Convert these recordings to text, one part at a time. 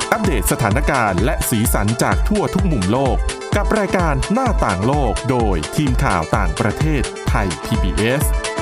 อัปเดตสถานการณ์และสีสันจากทั่วทุกมุมโลกกับรายการหน้าต่างโลกโดยทีมข่าวต่างประเทศไทย PBS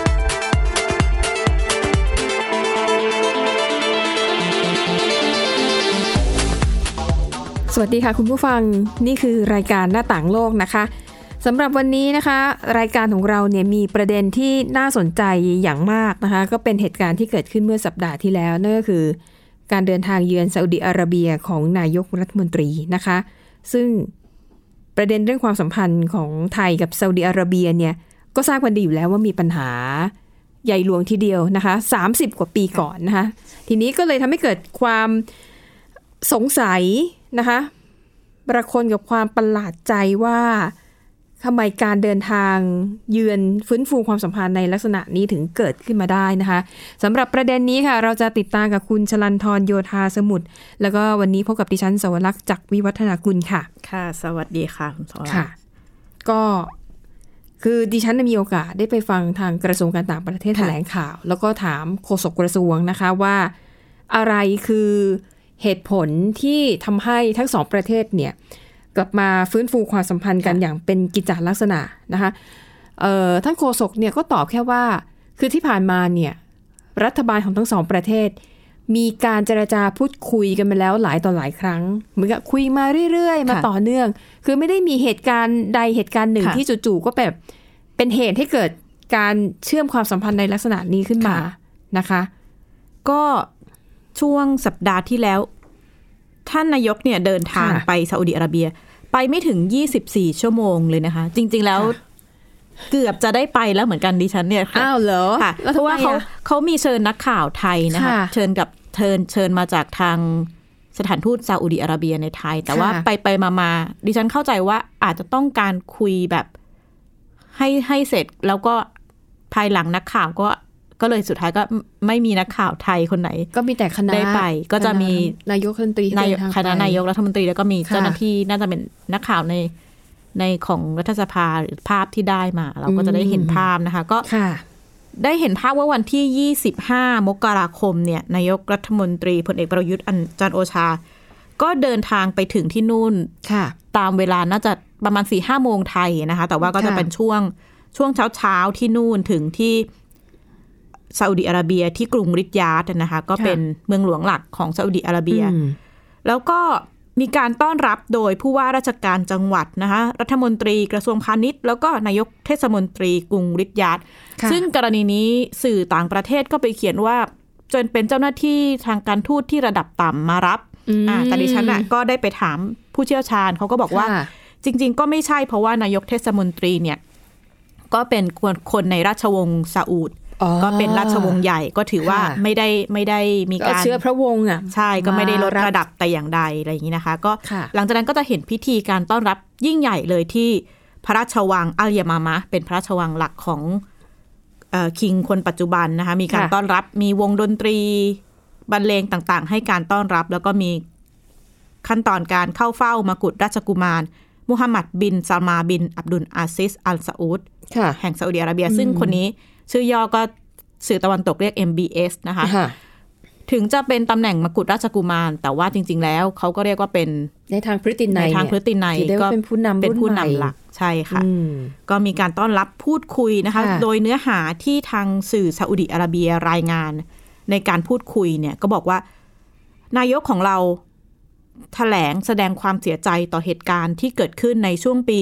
สวัสดีค่ะคุณผู้ฟังนี่คือรายการหน้าต่างโลกนะคะสำหรับวันนี้นะคะรายการของเราเนี่ยมีประเด็นที่น่าสนใจอย่างมากนะคะก็เป็นเหตุการณ์ที่เกิดขึ้นเมื่อสัปดาห์ที่แล้วนั่นก็คือการเดินทางเยือนซาอุดิอาระเบียของนายกรัฐมนตรีนะคะซึ่งประเด็นเรื่องความสัมพันธ์ของไทยกับซาอุดิอาระเบียเนี่ยก็ทราบกันดีอยู่แล้วว่ามีปัญหาใหญ่หลวงทีเดียวนะคะ30กว่าปีก่อนนะคะทีนี้ก็เลยทำให้เกิดความสงสัยนะคะประคนกับความประหลาดใจว่าทำไมการเดินทางเยือนฟื้นฟูความสัมพันธ์ในลักษณะนี้ถึงเกิดขึ้นมาได้นะคะสำหรับประเด็นนี้ค่ะเราจะติดตามกับคุณชลันทรโยธาสมุทรแล้วก็วันนี้พบกับดิฉันสวรักษ์จากวิวัฒนากุลค่ะค่ะสวัสดีค่ะคุณสวรักษ์ค่ะก็คือดิฉันมีโอกาสได้ไปฟังทางกระทรวงการต่างประเทศแถลงข่าวแล้วก็ถามโฆษกกระทรวงนะคะว่าอะไรคือเหตุผลที่ทำให้ทั้งสองประเทศเนี่ยกลับมาฟื้นฟูความสัมพันธ์กันอย่างเป็นกิจจลักษณะนะคะท่านโฆษกเนี่ยก็ตอบแค่ว่าคือที่ผ่านมาเนี่ยรัฐบาลของทั้งสองประเทศมีการเจรจาพูดคุยกันมาแล้วหลายต่อหลายครั้งเหมือนกับคุยมาเรื่อยๆมาต่อเนื่องคือไม่ได้มีเหตุการณ์ใดเหตุการณ์หนึ่งที่จู่ๆก็แบบเป็นเหตุให้เกิดการเชื่อมความสัมพันธ์ในลักษณะนี้ขึ้นมานะคะก็ช่วงสัปดาห์ที่แล้วท่านนายกเนี่ยเดินทางไปซาอุดิอาระเบียไปไม่ถึง24ชั่วโมงเลยนะคะจริงๆแล้วเกือบจะได้ไปแล้วเหมือนกันดิฉันเนี่ยอ้าวเหรอค่ะเพราะว่าเขามีเชิญนักข่าวไทยนะคะเชิญมาจากทางสถานทูตซาอุดิอาระเบียในไทยแต่ว่าไปมาดิฉันเข้าใจว่าอาจจะต้องการคุยแบบให้เสร็จแล้วก็ภายหลังนักข่าวก็เลยสุดท้ายก็ไม่มีนักข่าวไทยคนไหนก็มีแต่คณะได้ไปก็จะมีนายกรัฐมนตรีคณะนายกรัฐมนตรีแล้วก็มีเจ้าหน้าที่น่าจะเป็นนักข่าวในของรัฐสภาหรือภาพที่ได้มาเราก็จะได้เห็นภาพนะคะก็ได้เห็นภาพว่าวันที่25มกราคมเนี่ยนายกรัฐมนตรีพลเอกประยุทธ์จันทร์โอชาก็เดินทางไปถึงที่นู่นตามเวลาน่าจะประมาณ 4-5 โมงไทยนะคะแต่ว่าก็จะเป็นช่วงเช้าที่นู่นถึงที่ซาอุดิอาระเบียที่กรุงริดยาดนะคะก็เป็นเมืองหลวงหลักของซาอุดิอาระเบียแล้วก็มีการต้อนรับโดยผู้ว่าราชการจังหวัดนะคะรัฐมนตรีกระทรวงพาณิชย์แล้วก็นายกเทศมนตรีกรุงริดยาดซึ่งกรณีนี้สื่อต่างประเทศก็ไปเขียนว่าจนเป็นเจ้าหน้าที่ทางการทูตที่ระดับต่ำมารับแต่ดิฉันก็ได้ไปถามผู้เชี่ยวชาญเขาก็บอกว่าจริงๆก็ไม่ใช่เพราะว่านายกเทศมนตรีเนี่ยก็เป็นคนในราชวงศ์ซาอุดก็เป็นราชวงศ์ใหญ่ก็ถือว่าไม่ได้มีการเชื้อพระวงศ์ใช่ก็ไม่ได้ลดระดับแต่อย่างใดอะไรอย่างนี้นะคะก็หลังจากนั้นก็จะเห็นพิธีการต้อนรับยิ่งใหญ่เลยที่พระราชวังอัลยามามะเป็นพระราชวังหลักของคิงคนปัจจุบันนะคะมีการต้อนรับมีวงดนตรีบรรเลงต่างๆให้การต้อนรับแล้วก็มีขั้นตอนการเข้าเฝ้ามกุฎราชกุมารมุฮัมมัดบินซามาบินอับดุลอาซิซอัลซาอุดแห่งซาอุดิอาระเบียซึ่งคนนี้ชื่อย่อก็สื่อตะวันตกเรียก MBS นะคะถึงจะเป็นตำแหน่งมกุฎราชกุมารแต่ว่าจริงๆแล้วเขาก็เรียกว่าเป็นในทางพฤตินัยก็เป็นผู้นำหลักใช่ค่ะก็มีการต้อนรับพูดคุยนะคะโดยเนื้อหาที่ทางสื่อซาอุดิอาระเบียรายงานในการพูดคุยเนี่ยก็บอกว่านายกของเราแถลงแสดงความเสียใจต่อเหตุการณ์ที่เกิดขึ้นในช่วงปี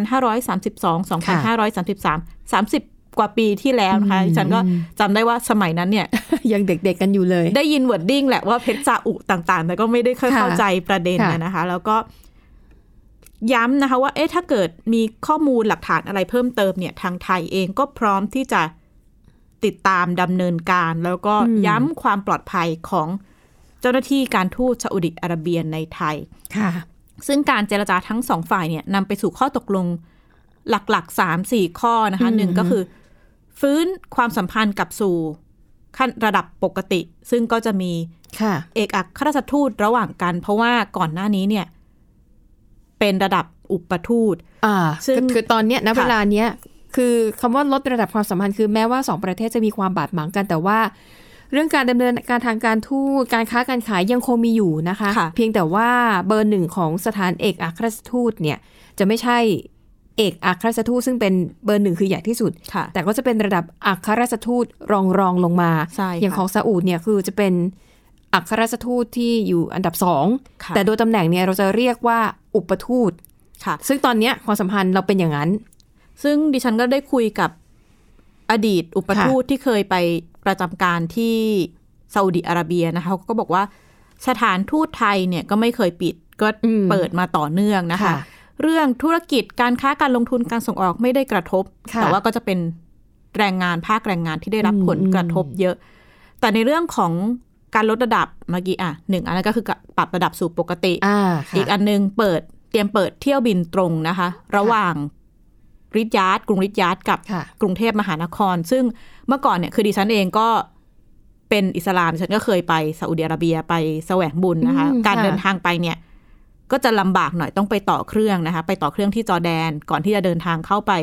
2532 2533 30 กว่าปีที่แล้วนะคะฉันก็จำได้ว่าสมัยนั้นเนี่ยยังเด็กๆกันอยู่เลยได้ยินวอร์ดดิ้งแหละว่าเพชรซาอุต่างๆแต่ก็ไม่ได้ค่อยเข้าใจประเด็นนะคะแล้วก็ย้ำนะคะว่าถ้าเกิดมีข้อมูลหลักฐานอะไรเพิ่มเติมเนี่ยทางไทยเองก็พร้อมที่จะติดตามดำเนินการแล้วก็ย้ำความปลอดภัยของเจ้าหน้าที่การทูตซาอุดิอาระเบียในไทยซึ่งการเจรจาทั้งสองฝ่ายเนี่ยนำไปสู่ข้อตกลงหลักๆ 3-4 ข้อนะคะหนึ่งก็คือฟื้นความสัมพันธ์กับสู่ขั้นระดับปกติซึ่งก็จะมีเอกอัครราชทูตระหว่างกันเพราะว่าก่อนหน้านี้เนี่ยเป็นระดับอุปทูตซึ่งคือตอนเนี้ยณเวลาเนี้ยคือคำว่าลดระดับความสัมพันธ์คือแม้ว่าสองประเทศจะมีความบาดหมางกันแต่ว่าเรื่องการดำเนินการทางการทูตการค้าการขายยังคงมีอยู่นะคะเพียงแต่ว่าเบอร์หนึ่งของสถานเอกอัครราชทูตเนี่ยจะไม่ใช่เอกอัครราชทูตซึ่งเป็นเบอร์หนึ่งคือใหญ่ที่สุดแต่ก็จะเป็นระดับอัครราชทูตรองลงมาอย่างของซาอุดเนี่ยคือจะเป็นอัครราชทูตที่อยู่อันดับ2แต่โดยตำแหน่งเนี่ยเราจะเรียกว่าอุปทูตซึ่งตอนนี้ความสัมพันธ์เราเป็นอย่างนั้นซึ่งดิฉันก็ได้คุยกับอดีตอุปทูตที่เคยไปประจำการที่ซาอุดิอาระเบียนะคะเขาก็บอกว่าสถานทูตไทยเนี่ยก็ไม่เคยปิดก็เปิดมาต่อเนื่องนะคะเรื่องธุรกิจการค้าการลงทุนการส่งออกไม่ได้กระทบแต่ว่าก็จะเป็นแรงงานภาคแรงงานที่ได้รับผลกระทบเยอะแต่ในเรื่องของการลดระดับเมื่อกี้หนึ่งอันนั้นก็คือปรับระดับสู่ปกติอีกอันนึงเตรียมเปิดเที่ยวบินตรงนะคะระหว่างริยาดกรุงริยาดกับกรุงเทพมหานครซึ่งเมื่อก่อนเนี่ยคือดิฉันเองก็เป็นอิสลามดิฉันก็เคยไปซาอุดิอาระเบียไปแสวงบุญนะคะการเดินทางไปเนี่ยก็จะลำบากหน่อยต้องไปต่อเครื่องนะคะไปต่อเครื่องที่จอร์แดนก่อนที่จะเดินทางเข้าไป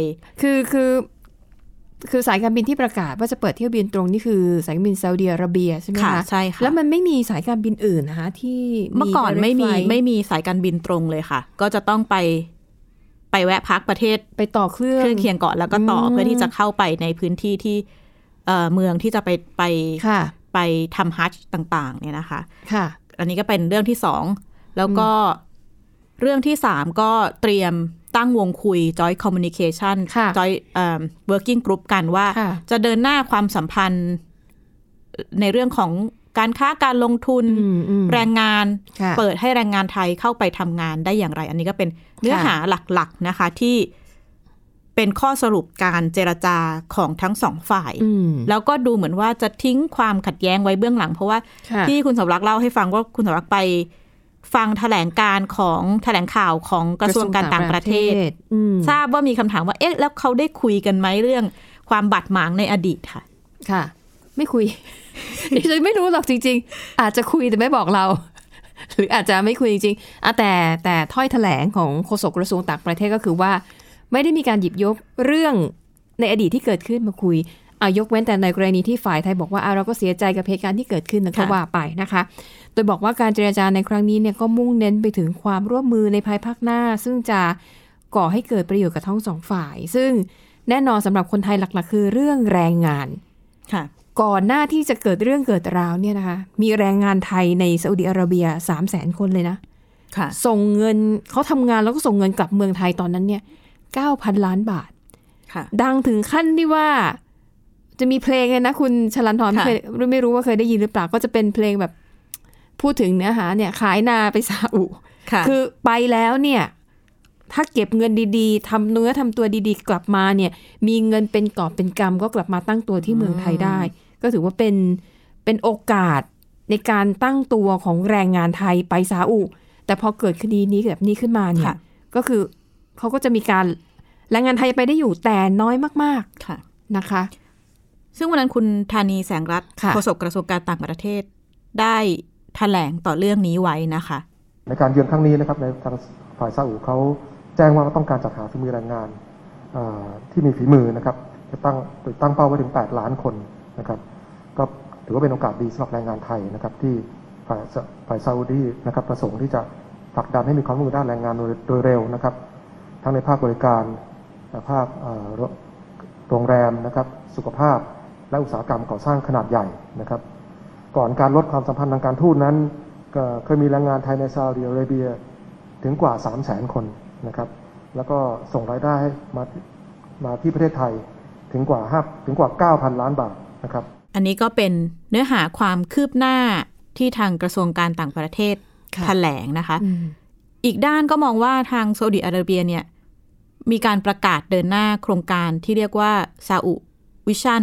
คือสายการบินที่ประกาศว่าจะเปิดเที่ยวบินตรงนี่คือสายการบินซาอุดิอาระเบียใช่ไหมคะใช่ค่ะแล้วมันไม่มีสายการบินอื่นนะคะที่เมื่อก่อนไม่มีสายการบินตรงเลยค่ะก็จะต้องไปแวะพักประเทศไปต่อเครื่องเคียงก่อนแล้วก็ต่อเพื่อที่จะเข้าไปในพื้นที่ที่เมืองที่จะไปทำฮัจญ์ต่างๆเนี่ยนะคะอันนี้ก็เป็นเรื่องที่2แล้วก็เรื่องที่3ก็เตรียมตั้งวงคุย Joint Communication Joint Working Group กันว่าจะเดินหน้าความสัมพันธ์ในเรื่องของการค้าการลงทุนแรงงานเปิดให้แรงงานไทยเข้าไปทำงานได้อย่างไรอันนี้ก็เป็นเนื้อหาหลักๆนะคะที่เป็นข้อสรุปการเจรจาของทั้งสองฝ่ายแล้วก็ดูเหมือนว่าจะทิ้งความขัดแย้งไว้เบื้องหลังเพราะว่าที่คุณสมรักษ์เล่าให้ฟังว่าคุณสมรักษ์ไปฟังแถลงข่าวของกระทรวงการต่างประเทศทราบว่ามีคำถามว่าเอ๊ะแล้วเขาได้คุยกันไหมเรื่องความบาดหมางในอดีตค่ะไม่คุยดิฉันไม่รู้หรอกจริงๆอาจจะคุยแต่ไม่บอกเราหรืออาจจะไม่คุยจริงๆแต่ถ้อยแถลงของโฆษกกระทรวงต่างประเทศก็คือว่าไม่ได้มีการหยิบยกเรื่องในอดีตที่เกิดขึ้นมาคุยยกเว้นแต่ในกรณีที่ฝ่ายไทยบอกว่าเราก็เสียใจกับเหตุการณ์ที่เกิดขึ้นก็ว่าไปนะคะโดยบอกว่าการเจรจาในครั้งนี้เนี่ยก็มุ่งเน้นไปถึงความร่วมมือในภายภาคหน้าซึ่งจะก่อให้เกิดประโยชน์กับทั้งสองฝ่ายซึ่งแน่นอนสำหรับคนไทยหลักๆคือเรื่องแรงงานก่อนหน้าที่จะเกิดเรื่องเกิดราวเนี่ยนะคะมีแรงงานไทยในซาอุดิอาระเบีย 300,000 คนเลยนะส่งเงินเขาทำงานแล้วก็ส่งเงินกลับเมืองไทยตอนนั้นเนี่ย 9,000 ล้านบาทดังถึงขั้นที่ว่าจะมีเพลงเลยนะคุณชลันทรไม่รู้ว่าเคยได้ยินหรือเปล่าก็จะเป็นเพลงแบบพูดถึงเนื้อหาเนี่ยขายนาไปซาอุคือไปแล้วเนี่ยถ้าเก็บเงินดีๆทำเนื้อทำตัวดีๆกลับมาเนี่ยมีเงินเป็นกอบเป็นกำก็กลับมาตั้งตัวที่เมืองไทยได้ก็ถือว่าเป็นโอกาสในการตั้งตัวของแรงงานไทยไปซาอุแต่พอเกิดคดีนี้แบบนี้ขึ้นมาเนี่ยก็คือเขาก็จะมีการแรงงานไทยไปได้อยู่แต่น้อยมากๆนะคะซึ่งวันนั้นคุณธานีแสงรัตน์โฆษกกระทรวงการต่างประเทศได้แถลงต่อเรื่องนี้ไว้นะคะในการเยือนครั้งนี้นะครับในทางฝ่ายซาอุเขาแจ้งว่าต้องการจัดหาฝีมือแรงงานที่มีฝีมือนะครับจะตั้งเป้าไว้ถึง8 ล้านคนนะครับก็ถือว่าเป็นโอกาสดีสำหรับแรงงานไทยนะครับที่ฝ่ายซาอุดีนะครับประสงค์ที่จะผลักดันให้มีความร่วมมือด้านแรงงานโดยเร็วนะครับทั้งในภาคบริการภาคโรงแรมนะครับสุขภาพและอุตสาหกรรมก่อสร้างขนาดใหญ่นะครับก่อนการลดความสัมพันธ์ทางการทูตนั้นเคยมีแรงงานไทยในซาอุดิอาระเบียถึงกว่า 300,000 คนนะครับแล้วก็ส่งรายได้มาที่ประเทศไทยถึงกว่า 9,000 ล้านบาทนะครับอันนี้ก็เป็นเนื้อหาความคืบหน้าที่ทางกระทรวงการต่างประเทศแถลงนะคะอีกด้านก็มองว่าทางซาอุดิอาระเบียเนี่ยมีการประกาศเดินหน้าโครงการที่เรียกว่าซาอุวิชั่น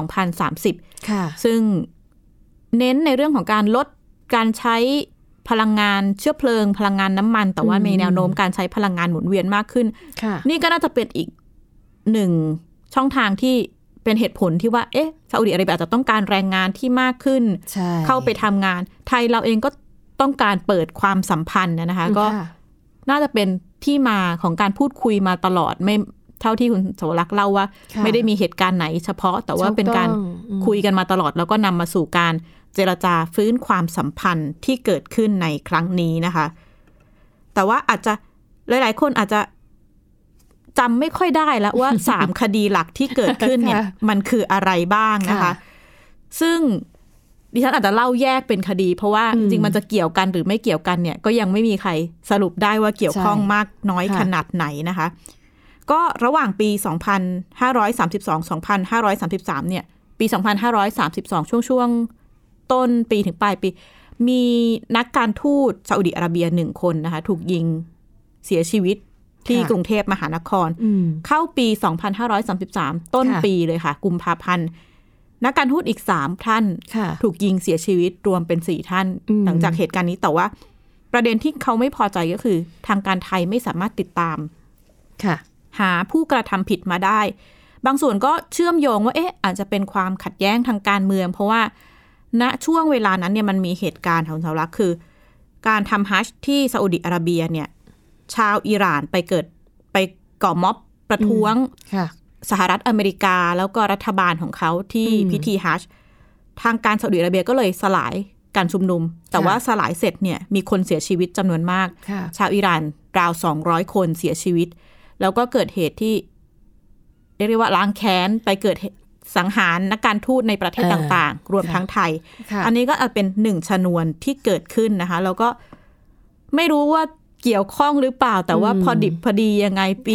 2030 ซึ่งเน้นในเรื่องของการลดการใช้พลังงานเชื้อเพลิงพลังงานน้ำมันแต่ว่ามีแนวโน้มการใช้พลังงานหมุนเวียนมากขึ้นนี่ก็น่าจะเป็นอีกหนึ่งช่องทางที่เป็นเหตุผลที่ว่าซาอุดิอาระเบียอาจจะต้องการแรงงานที่มากขึ้นเข้าไปทำงานไทยเราเองก็ต้องการเปิดความสัมพันธ์นะคะก็น่าจะเป็นที่มาของการพูดคุยมาตลอดไม่เท่าที่คุณโสรักษ์เล่าว่าไม่ได้มีเหตุการณ์ไหนเฉพาะแต่ว่าเป็นการคุยกันมาตลอดแล้วก็นำมาสู่การเจรจาฟื้นความสัมพันธ์ที่เกิดขึ้นในครั้งนี้นะคะแต่ว่าอาจจะหลายๆคนอาจจะจำไม่ค่อยได้แล้วว่า 3 คดีหลักที่เกิดขึ้นเนี่ยมันคืออะไรบ้างนะคะซึ่งดิฉันอาจจะเล่าแยกเป็นคดีเพราะว่าจริงๆมันจะเกี่ยวกันหรือไม่เกี่ยวกันเนี่ยก็ยังไม่มีใครสรุปได้ว่าเกี่ยวข้องมากน้อยขนาดไหนนะคะก็ระหว่างปี 2532-2533 เนี่ยปี 2532 ช่วงต้นปีถึงปลายปีมีนักการทูตซาอุดิอาระเบีย1คนนะคะถูกยิงเสียชีวิตที่กรุงเทพมหานครเข้าปี 2533 ต้นปีเลยค่ะกุมภาพันธ์นักการทูตอีก3ท่านถูกยิงเสียชีวิตรวมเป็น4ท่านหลังจากเหตุการณ์นี้แต่ว่าประเด็นที่เขาไม่พอใจก็คือทางการไทยไม่สามารถติดตามหาผู้กระทำผิดมาได้บางส่วนก็เชื่อมโยงว่าอาจจะเป็นความขัดแย้งทางการเมืองเพราะว่าณช่วงเวลานั้นเนี่ยมันมีเหตุการณ์ของสหรัฐคือการทำฮัจญ์ที่ซาอุดิอาระเบียเนี่ยชาวอิหร่านไปก่อม็อบประท้วงสหรัฐอเมริกาแล้วก็รัฐบาลของเขาที่พิธีฮัจญ์ทางการซาอุดิอาระเบียก็เลยสลายการชุมนุมแต่ว่าสลายเสร็จเนี่ยมีคนเสียชีวิตจำนวนมากชาวอิหร่านราว200 คนเสียชีวิตแล้วก็เกิดเหตุที่เรียกว่าล้างแค้นไปเกิดสังหารนักการทูตในประเทศต่างๆรวมทั้งไทยอันนี้ก็อาจเป็น1ชนวนที่เกิดขึ้นนะคะแล้วก็ไม่รู้ว่าเกี่ยวข้องหรือเปล่าแต่ว่าพอดิบพอดียังไงปี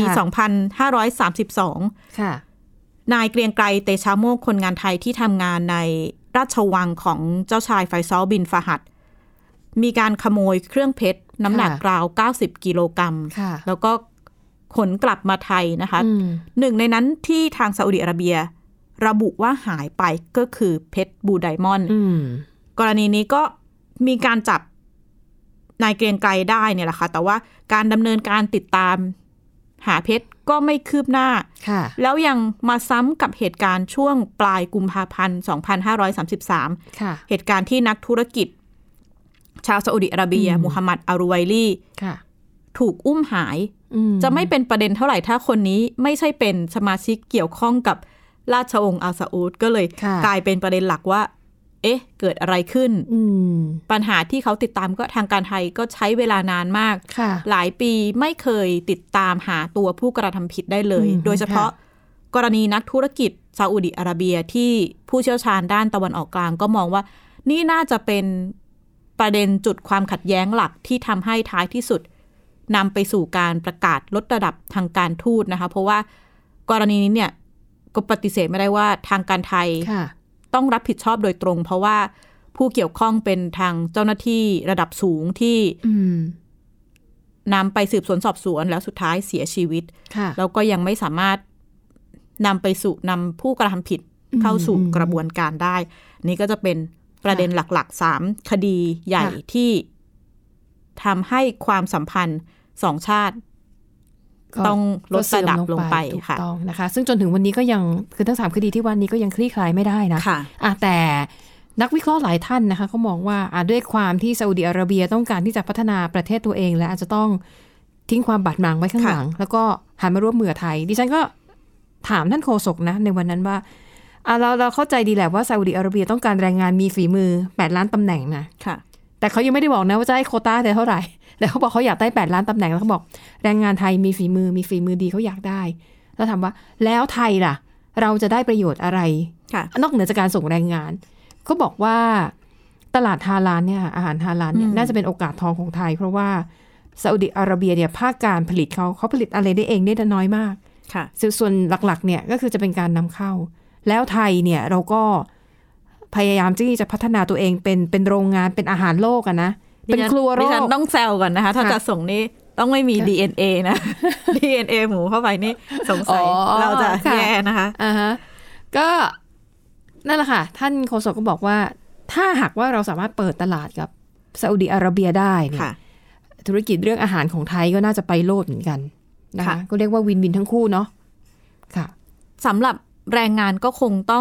2532 นายเกรียงไกรเตชะโมกคนงานไทยที่ทำงานในราชวังของเจ้าชายไฟซอลบินฟาฮัดมีการขโมยเครื่องเพชรน้ำหนักราว90 กิโลกรัมแล้วก็ขนกลับมาไทยนะคะหนึ่งในนั้นที่ทางซาอุดิอาระเบียระบุว่าหายไปก็คือเพชรบลูไดมอนด์กรณีนี้ก็มีการจับนายเกรียงไกรได้เนี่ยแหละค่ะแต่ว่าการดำเนินการติดตามหาเพชรก็ไม่คืบหน้าแล้วยังมาซ้ำกับเหตุการณ์ช่วงปลายกุมภาพันธ์ 2533 เหตุการณ์ที่นักธุรกิจชาวซาอุดิอาระเบียมูฮัมหมัดอารูไวลีถูกอุ้มหายจะไม่เป็นประเด็นเท่าไหร่ถ้าคนนี้ไม่ใช่เป็นสมาชิกเกี่ยวข้องกับราชวงศ์อัลซาอุดก็เลยกลายเป็นประเด็นหลักว่าเกิดอะไรขึ้นปัญหาที่เขาติดตามก็ทางการไทยก็ใช้เวลานานมากหลายปีไม่เคยติดตามหาตัวผู้กระทำผิดได้เลยโดยเฉพาะกรณีนักธุรกิจซาอุดิอาระเบียที่ผู้เชี่ยวชาญด้านตะวันออกกลางก็มองว่านี่น่าจะเป็นประเด็นจุดความขัดแย้งหลักที่ทำให้ท้ายที่สุดนำไปสู่การประกาศลดระดับทางการทูตนะคะเพราะว่ากรณีนี้เนี่ยก็ปฏิเสธไม่ได้ว่าทางการไทยต้องรับผิดชอบโดยตรงเพราะว่าผู้เกี่ยวข้องเป็นทางเจ้าหน้าที่ระดับสูงที่นำไปสืบสวนสอบสวนแล้วสุดท้ายเสียชีวิตแล้วก็ยังไม่สามารถนำผู้กระทำผิดเข้าสู่กระบวนการได้นี่ก็จะเป็นประเด็นหลักๆ3คดีใหญ่ที่ทำให้ความสัมพันธ์2ชาติต้องลดระดับลงไปค่ะถูกต้องนะคะซึ่งจนถึงวันนี้ก็ยังคือทั้ง3คดีที่วันนี้ก็ยังคลี่คลายไม่ได้นะแต่นักวิเคราะห์หลายท่านนะคะเขามองว่าด้วยความที่ซาอุดิอาระเบียต้องการที่จะพัฒนาประเทศตัวเองและอาจจะต้องทิ้งความบาดหมางไว้ข้างหลังแล้วก็หันมาร่วมมือไทยดิฉันก็ถามท่านโฆษกนะในวันนั้นว่าเราเข้าใจดีแหละว่าซาอุดิอาระเบียต้องการแรงงานมีฝีมือ8ล้านตำแหน่งนะแต่เขายังไม่ได้บอกนะว่าจะให้โควต้าเท่าไหร่แต่เขาบอกเขาอยากได้8ล้านตำแหน่งแล้วเขาบอกแรงงานไทยมีฝีมือดีเขาอยากได้แล้วถามว่าแล้วไทยล่ะเราจะได้ประโยชน์อะไรนอกเหนือจากการส่งแรงงานเขาบอกว่าตลาดฮาลาลเนี่ยอาหารฮาลาลเนี่ยน่าจะเป็นโอกาสทองของไทยเพราะว่าซาอุดิอาระเบียเนี่ยภาคการผลิตเขาผลิตอะไรได้เองได้น้อยมากส่วนหลักๆเนี่ยก็คือจะเป็นการนำเข้าแล้วไทยเนี่ยเราก็พยายามที่จะพัฒนาตัวเองเป็นโรงงานเป็นอาหารโลกอะนะเป็นครัวโลกดิฉันต้องแซวก่อนนะคะถ้าจะส่งนี่ต้องไม่มี DNA นะ DNA หมูเข้าไปนี่สงสัยเราจะแย่นะคะก็นั่นแหละค่ะท่านโฆษกก็บอกว่าถ้าหากว่าเราสามารถเปิดตลาดกับซาอุดิอาระเบียได้เนี่ยธุรกิจเรื่องอาหารของไทยก็น่าจะไปโลดเหมือนกันนะคะก็เรียกว่าวินวินทั้งคู่เนาะค่ะสำหรับแรงงานก็คงต้อง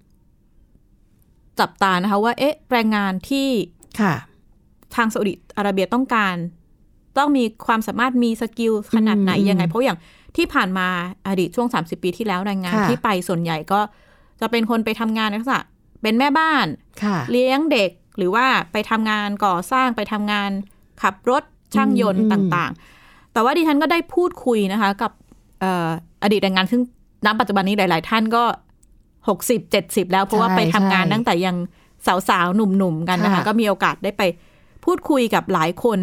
จับตานะคะว่าแรงงานที่ทางซาอุดิอาระเบียต้องการต้องมีความสามารถมีสกิลขนาดไหนยังไงเพราะอย่างที่ผ่านมาอดีตช่วง30ปีที่แล้วแรงงานที่ไปส่วนใหญ่ก็จะเป็นคนไปทำงานในลักษณะเป็นแม่บ้านเลี้ยงเด็กหรือว่าไปทำงานก่อสร้างไปทำงานขับรถช่างยนต์ต่างๆแต่ว่าดิฉันก็ได้พูดคุยนะคะกับอดีตแรงงานซึ่งณปัจจุบันนี้หลายๆท่านก็60-70แล้วเพราะว่าไปทำงานตั้งแต่ยังสาวๆหนุ่มๆกันนะคะก็มีโอกาสได้ไปพูดคุยกับหลายคน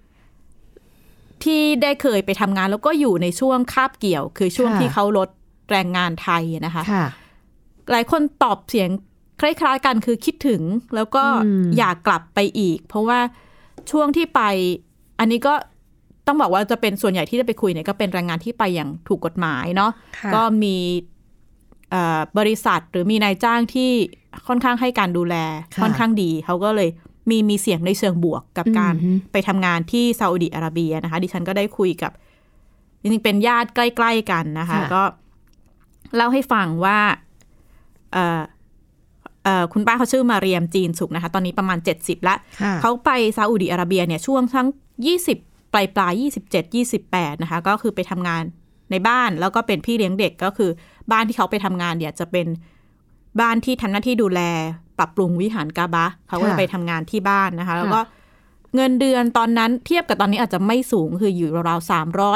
ที่ได้เคยไปทำงานแล้วก็อยู่ในช่วงคาบเกี่ยวคือช่วงที่เขาลดแรงงานไทยนะคะหลายคนตอบเสียงคล้ายๆกันคือคิดถึงแล้วก็อยากกลับไปอีกเพราะว่าช่วงที่ไปอันนี้ก็ต้องบอกว่าจะเป็นส่วนใหญ่ที่จะไปคุยเนี่ยก็เป็นแรงงานที่ไปอย่างถูกกฎหมายเนาะก็มีบริษัทหรือมีนายจ้างที่ค่อนข้างให้การดูแลค่อนข้างดีเขาก็เลยมีเสียงในเชิงบวกกับการไปทำงานที่ซาอุดิอาระเบียนะคะดิฉันก็ได้คุยกับจริงๆเป็นญาติใกล้ๆกันนะคะก็เล่าให้ฟังว่าคุณป้าเขาชื่อมาเรียมจีนสุขนะคะตอนนี้ประมาณ70ละเขาไปซาอุดิอาระเบียเนี่ยช่วงทั้ง20ปลาย27-28นะคะก็คือไปทำงานในบ้านแล้วก็เป็นพี่เลี้ยงเด็กก็คือบ้านที่เขาไปทำงานเนี่ยจะเป็นบ้านที่ทำหน้าที่ดูแลปรับปรุงวิหารกาบะเขาก็จะไปทำงานที่บ้านนะคะแล้วก็เงินเดือนตอนนั้นเทียบกับตอนนี้อาจจะไม่สูงคืออยู่ราว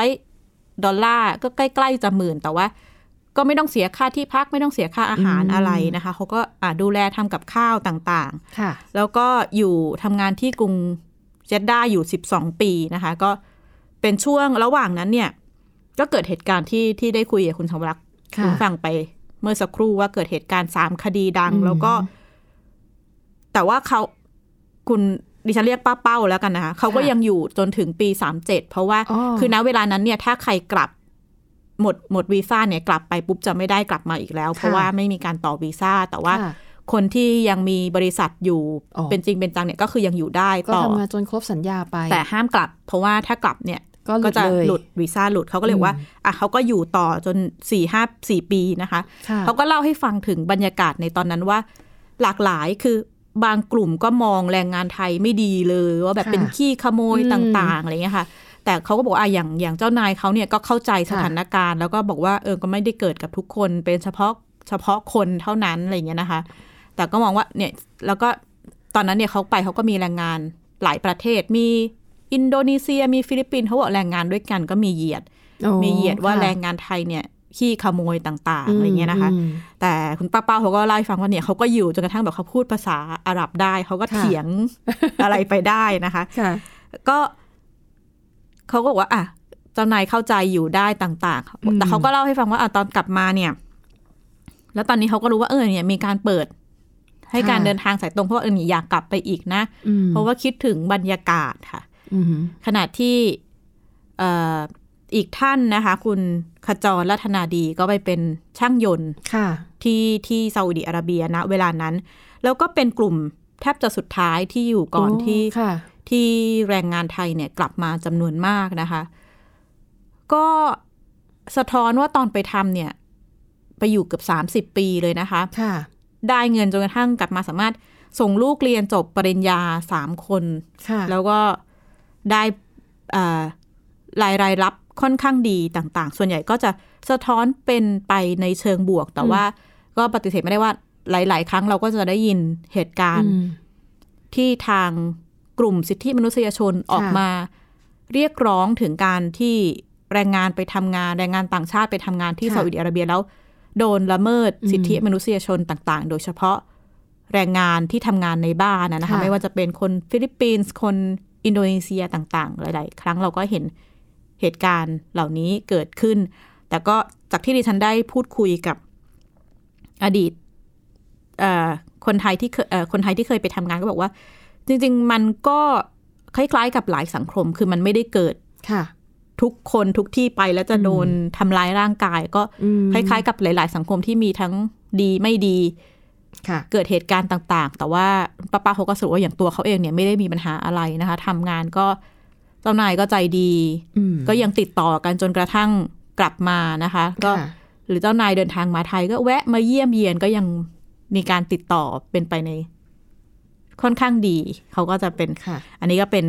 $300ก็ใกล้ๆจะ10,000แต่ว่าก็ไม่ต้องเสียค่าที่พักไม่ต้องเสียค่าอาหารอะไรนะคะเขาก็ดูแลทำกับข้าวต่างๆแล้วก็อยู่ทำงานที่กรุงเจดดาอยู่12ปีนะคะก็เป็นช่วงระหว่างนั้นเนี่ยก็เกิดเหตุการณ์ที่ได้คุยกับคุณสมรักษ์คุณฟังไปเมื่อสักครู่ว่าเกิดเหตุการณ์3คดีดังแล้วก็แต่ว่าคุณดิฉันเรียกป้าเป้าแล้วกันนะคะเขาก็ยังอยู่จนถึงปี37เพราะว่าคือณเวลานั้นเนี่ยถ้าใครกลับหมดวีซ่าเนี่ยกลับไปปุ๊บจะไม่ได้กลับมาอีกแล้วเพราะว่าไม่มีการต่อวีซ่าแต่ว่าคนที่ยังมีบริษัทอยู่เป็นจริงเป็นจังเนี่ยก็คือยังอยู่ได้ต่อก็ทำงานจนครบสัญญาไปแต่ห้ามกลับเพราะว่าถ้ากลับเนี่ยก็จะหลุดวีซ่าหลุดเขาก็เลยว่าเขาก็อยู่ต่อจน 4 ปีนะคะเขาก็เล่าให้ฟังถึงบรรยากาศในตอนนั้นว่าหลากหลายคือบางกลุ่มก็มองแรงงานไทยไม่ดีเลยว่าแบบเป็นขี้ขโมยต่างๆอะไรเงี้ยค่ะแต่เขาก็บอกอย่างเจ้านายเขาเนี่ยก็เข้าใจสถานการณ์แล้วก็บอกว่าก็ไม่ได้เกิดกับทุกคนเป็นเฉพาะคนเท่านั้นอะไรเงี้ยนะคะแต่ก็มองว่าเนี่ยแล้วก็ตอนนั้นเนี่ยเขาก็มีแรงงานหลายประเทศมีอินโดนีเซียมีฟิลิปปินส์เขาบอกแรงงานด้วยกันก็มีเหยียดว่าแรงงานไทยเนี่ยขี้ขโมยต่างๆอะไรเงี้ยนะคะแต่คุณป้าเป้าเขาก็เล่าให้ฟังว่าเนี่ยเขาก็อยู่จนกระทั่งแบบเขาพูดภาษาอาหรับได้เขาก็เถียงอะไรไปได้นะคะก็เขาก็บอกว่าเจ้านายเข้าใจอยู่ได้ต่างๆแต่เขาก็เล่าให้ฟังว่าตอนกลับมาเนี่ยแล้วตอนนี้เขาก็รู้ว่าเนี่ยมีการเปิดให้การเดินทางสายตรงเพราะว่าอยากกลับไปอีกนะเพราะว่าคิดถึงบรรยากาศค่ะขณะที่อีกท่านนะคะคุณขจรรัตนาดีก็ไปเป็นช่างยนต์ที่ซาอุดิอาระเบียนะเวลานั้นแล้วก็เป็นกลุ่มแทบจะสุดท้ายที่อยู่ก่อนที่แรงงานไทยเนี่ยกลับมาจำนวนมากนะคะก็สะท้อนว่าตอนไปทำเนี่ยไปอยู่เกือบ30 ปีเลยนะคะได้เงินจนกระทั่งกลับมาสามารถส่งลูกเรียนจบปริญญา3 คนแล้วก็ได้รายรับค่อนข้างดีต่างๆส่วนใหญ่ก็จะสะท้อนเป็นไปในเชิงบวกแต่ว่าก็ปฏิเสธไม่ได้ว่าหลายๆครั้งเราก็จะได้ยินเหตุการณ์ที่ทางกลุ่มสิทธิมนุษยชนออกมาเรียกร้องถึงการที่แรงงานไปทำงานแรงงานต่างชาติไปทำงานที่ซาอุดิอาระเบียแล้วโดนละเมิดสิทธิมนุษยชนต่างๆโดยเฉพาะแรงงานที่ทำงานในบ้านนะคะไม่ว่าจะเป็นคนฟิลิปปินส์คนอินโดนีเซียต่างๆหลายๆครั้งเราก็เห็นเหตุการณ์เหล่านี้เกิดขึ้นแต่ก็จากที่ดิฉันได้พูดคุยกับอดีตคนไทยที่เคยไปทำงานก็บอกว่าจริงๆมันก็คล้ายๆกับหลายสังคมคือมันไม่ได้เกิดทุกคนทุกที่ไปแล้วจะโดนทำร้ายร่างกายก็คล้ายๆกับหลายๆสังคมที่มีทั้งดีไม่ดีเกิดเหตุการณ์ต่างๆแต่ว่าป้าเขาก็สรุปว่าอย่างตัวเขาเองเนี่ยไม่ได้มีปัญหาอะไรนะคะทำงานก็เจ้านายก็ใจดีก็ยังติดต่อกันจนกระทั่งกลับมานะคะก็หรือเจ้านายเดินทางมาไทยก็แวะมาเยี่ยมเยียนก็ยังมีการติดต่อเป็นไปในค่อนข้างดีเขาก็จะเป็นอันนี้ก็เป็น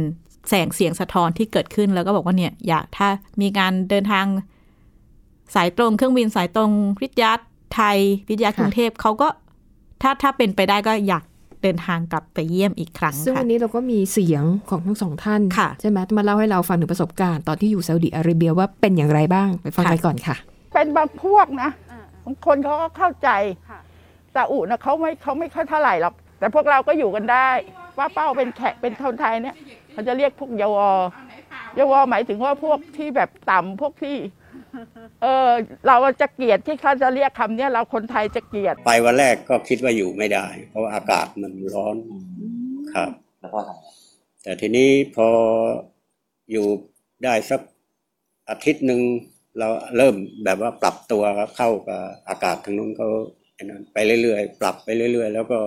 แสงเสียงสะท้อนที่เกิดขึ้นแล้วก็บอกว่าเนี่ยอยากถ้ามีการเดินทางสายตรงเครื่องบินสายตรงริยาดไทยริยาดกรุงเทพเขาก็ถ้าเป็นไปได้ก็อยากเดินทางกลับไปเยี่ยมอีกครั้งซึ่งวันนี้เราก็มีเสียงของทั้งสองท่านใช่ไหมมาเล่าให้เราฟังถึงประสบการณ์ตอนที่อยู่ซาอุดิอาระเบียว่าเป็นอย่างไรบ้างไปฟังกันก่อนค่ะเป็นบางพวกนะบางคนเขาก็เข้าใจซาอุนะเขาไม่ค่อยเท่าไหร่หรอกแต่พวกเราก็อยู่กันได้ว่าเป้าเป็นแขกเป็นคนไทยเนี่ยเขาจะเรียกพวกยวหมายถึงว่าพวกที่แบบต่ำพวกที่เราจะเกลียดที่เขาจะเรียกคำนี้เราคนไทยจะเกลียดไปวันแรกก็คิดว่าอยู่ไม่ได้เพราะว่าอากาศมันร้อนครับแต่ทีนี้พออยู่ได้สักอาทิตย์นึงเราเริ่มแบบว่าปรับตัวเข้ากับอากาศทางนู้นเขาไปเรื่อยๆปรับไปเรื่อยๆแล้วก็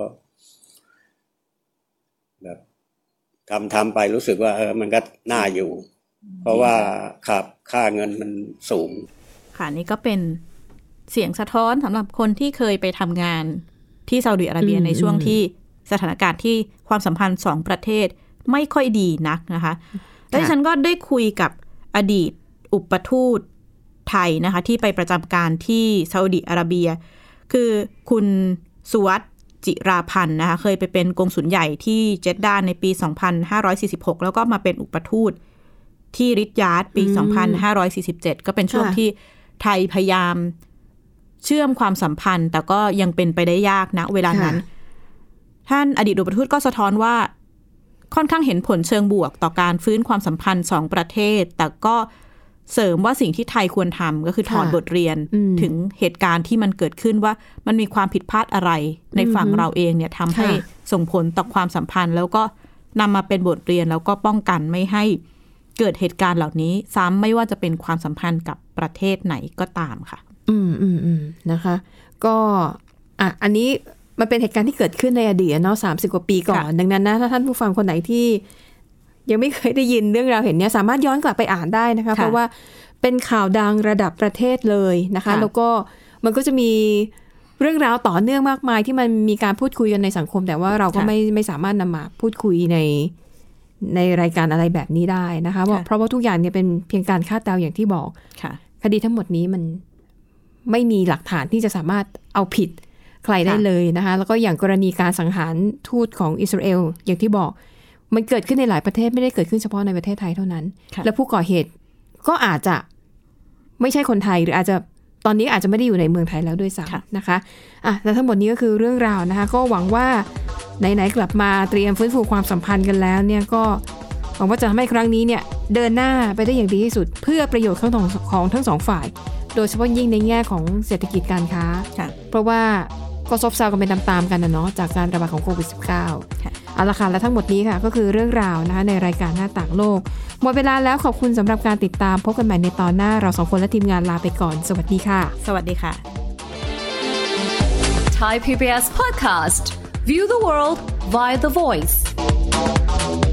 แบบทำไปรู้สึกว่ามันก็น่าอยู่เพราะว่าค่าเงินมันสูงค่ะนี่ก็เป็นเสียงสะท้อนสำหรับคนที่เคยไปทำงานที่ซาอุดิอาระเบียในช่วงที่สถานการณ์ที่ความสัมพันธ์2ประเทศไม่ค่อยดีนักนะคะแล้วฉันก็ได้คุยกับอดีตอุปทูตไทยนะคะที่ไปประจำการที่ซาอุดิอาระเบียคือคุณสุวัฒน์จิราพันธ์นะคะเคยไปเป็นกงสุลใหญ่ที่เจดดาในปี 2546 แล้วก็มาเป็นอุปทูตที่ริยาดปี 2547 ก็เป็นช่วงที่ไทยพยายามเชื่อมความสัมพันธ์แต่ก็ยังเป็นไปได้ยากนะเวลานั้นท่านอดีตอุปทูตก็สะท้อนว่าค่อนข้างเห็นผลเชิงบวกต่อการฟื้นความสัมพันธ์2ประเทศแต่ก็เสริมว่าสิ่งที่ไทยควรทำก็คือถอดบทเรียนถึงเหตุการณ์ที่มันเกิดขึ้นว่ามันมีความผิดพลาดอะไรในฝั่งเราเองเนี่ยทำให้ส่งผลต่อความสัมพันธ์แล้วก็นำมาเป็นบทเรียนแล้วก็ป้องกันไม่ให้เกิดเหตุการณ์เหล่านี้ซ้ำไม่ว่าจะเป็นความสัมพันธ์กับประเทศไหนก็ตามค่ะนะคะก็อันนี้มันเป็นเหตุการณ์ที่เกิดขึ้นในอดีตเนาะ30 กว่าปีก่อนดังนั้นนะถ้าท่านผู้ฟังคนไหนที่ยังไม่เคยได้ยินเรื่องราวเห็นเนี่ยสามารถย้อนกลับไปอ่านได้นะคะเพราะว่าเป็นข่าวดังระดับประเทศเลยนะคะแล้วก็มันก็จะมีเรื่องราวต่อเนื่องมากมายที่มันมีการพูดคุยกันในสังคมแต่ว่าเราก็ไม่สามารถนำมาพูดคุยในรายการอะไรแบบนี้ได้นะคะเพราะว่าทุกอย่างเนี่ยเป็นเพียงการคาดเดาอย่างที่บอกคดีทั้งหมดนี้มันไม่มีหลักฐานที่จะสามารถเอาผิดใครได้เลยนะคะแล้วก็อย่างกรณีการสังหารทูตของอิสราเอลอย่างที่บอกมันเกิดขึ้นในหลายประเทศไม่ได้เกิดขึ้นเฉพาะในประเทศไทยเท่านั้นและผู้ก่อเหตุก็อาจจะไม่ใช่คนไทยหรืออาจจะตอนนี้อาจจะไม่ได้อยู่ในเมืองไทยแล้วด้วยซ้ำนะคะและทั้งหมดนี้ก็คือเรื่องราวนะคะก็หวังว่าไหนๆกลับมาเตรียมฟื้นฟูความสัมพันธ์กันแล้วเนี่ยก็หวังว่าจะทำให้ครั้งนี้เนี่ยเดินหน้าไปได้อย่างดีที่สุดเพื่อประโยชน์ของทั้งสองฝ่ายโดยเฉพาะยิ่งในแง่ของเศรษฐกิจการค้าเพราะว่าก็ซบเซากันเป็นตามๆกันนะเนาะจากการระบาดของโควิด -19 เอาละค่ะและทั้งหมดนี้ค่ะก็คือเรื่องราวนะคะในรายการหน้าต่างโลกหมดเวลาแล้วขอบคุณสำหรับการติดตามพบกันใหม่ในตอนหน้าเรา2คนและทีมงานลาไปก่อนสวัสดีค่ะสวัสดีค่ะ Thai PBS Podcast View the world via The Voice